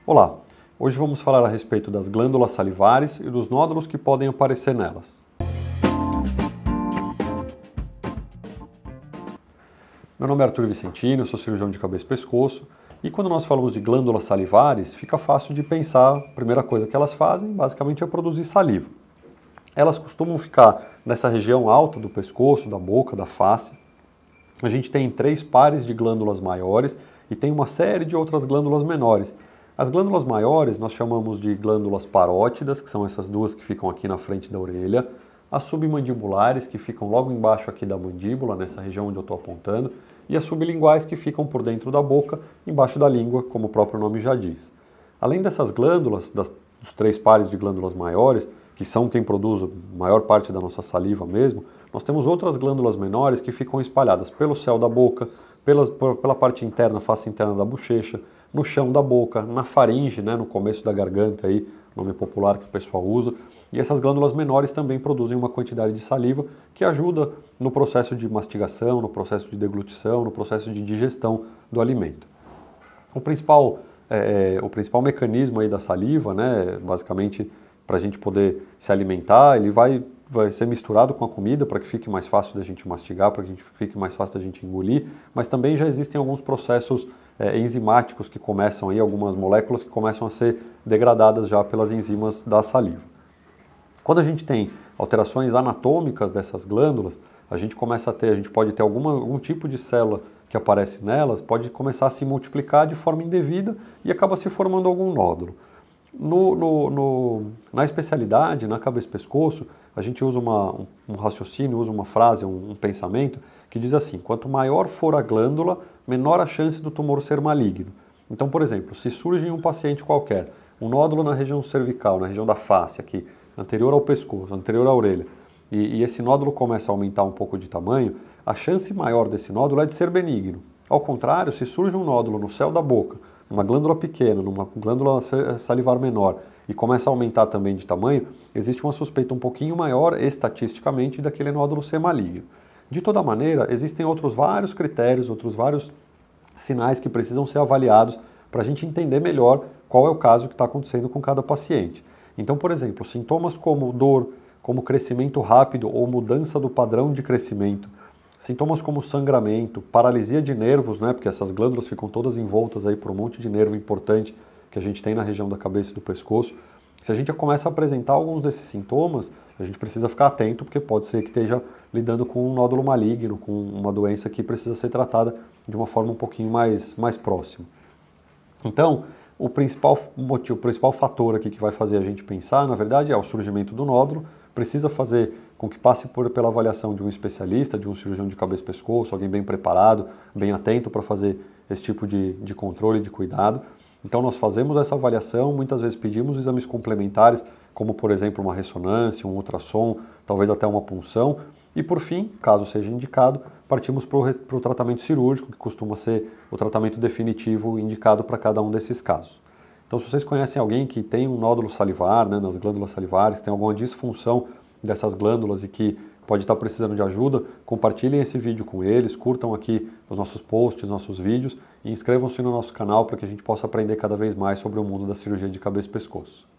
Olá, hoje vamos falar a respeito das glândulas salivares e dos nódulos que podem aparecer nelas. Meu nome é Arthur Vicentino, eu sou cirurgião de cabeça e pescoço, e quando nós falamos de glândulas salivares, fica fácil de pensar, a primeira coisa que elas fazem, basicamente, é produzir saliva. Elas costumam ficar nessa região alta do pescoço, da boca, da face. A gente tem 3 pares de glândulas maiores e tem uma série de outras glândulas menores. As glândulas maiores nós chamamos de glândulas parótidas, que são essas duas que ficam aqui na frente da orelha, as submandibulares, que ficam logo embaixo aqui da mandíbula, nessa região onde eu estou apontando, e as sublinguais, que ficam por dentro da boca, embaixo da língua, como o próprio nome já diz. Além dessas glândulas, dos 3 pares de glândulas maiores, que são quem produz a maior parte da nossa saliva mesmo, nós temos outras glândulas menores que ficam espalhadas pelo céu da boca, pela parte interna, face interna da bochecha, no chão da boca, na faringe, né, no começo da garganta, aí, nome popular que o pessoal usa. E essas glândulas menores também produzem uma quantidade de saliva que ajuda no processo de mastigação, no processo de deglutição, no processo de digestão do alimento. O principal mecanismo aí da saliva, né, basicamente para a gente poder se alimentar, ele vai ser misturado com a comida para que fique mais fácil da gente mastigar, para que fique mais fácil da gente engolir, mas também já existem alguns processos enzimáticos que começam aí, algumas moléculas que começam a ser degradadas já pelas enzimas da saliva. Quando a gente tem alterações anatômicas dessas glândulas, a gente pode ter algum tipo de célula que aparece nelas, pode começar a se multiplicar de forma indevida e acaba se formando algum nódulo. Na especialidade, na cabeça e pescoço, a gente usa um raciocínio, usa uma frase, um pensamento que diz assim: quanto maior for a glândula, menor a chance do tumor ser maligno. Então, por exemplo, se surge em um paciente qualquer um nódulo na região cervical, na região da face aqui, anterior ao pescoço, anterior à orelha, e esse nódulo começa a aumentar um pouco de tamanho, a chance maior desse nódulo é de ser benigno. Ao contrário, se surge um nódulo no céu da boca, numa glândula pequena, numa glândula salivar menor, e começa a aumentar também de tamanho, existe uma suspeita um pouquinho maior, estatisticamente, daquele nódulo ser maligno. De toda maneira, existem outros vários critérios, outros vários sinais que precisam ser avaliados para a gente entender melhor qual é o caso que está acontecendo com cada paciente. Então, por exemplo, sintomas como dor, como crescimento rápido ou mudança do padrão de crescimento, sintomas como sangramento, paralisia de nervos, né, porque essas glândulas ficam todas envoltas aí por um monte de nervo importante que a gente tem na região da cabeça e do pescoço. Se a gente já começa a apresentar alguns desses sintomas, a gente precisa ficar atento, porque pode ser que esteja lidando com um nódulo maligno, com uma doença que precisa ser tratada de uma forma um pouquinho mais próxima. Então, o principal fator aqui que vai fazer a gente pensar, na verdade, é o surgimento do nódulo. Precisa fazer com que passe pela avaliação de um especialista, de um cirurgião de cabeça e pescoço, alguém bem preparado, bem atento para fazer esse tipo de controle, de cuidado. Então nós fazemos essa avaliação, muitas vezes pedimos exames complementares, como por exemplo uma ressonância, um ultrassom, talvez até uma punção. E por fim, caso seja indicado, partimos para o tratamento cirúrgico, que costuma ser o tratamento definitivo indicado para cada um desses casos. Então, se vocês conhecem alguém que tem um nódulo salivar, né, nas glândulas salivares, que tem alguma disfunção dessas glândulas e que pode estar precisando de ajuda, compartilhem esse vídeo com eles, curtam aqui os nossos posts, nossos vídeos e inscrevam-se no nosso canal para que a gente possa aprender cada vez mais sobre o mundo da cirurgia de cabeça e pescoço.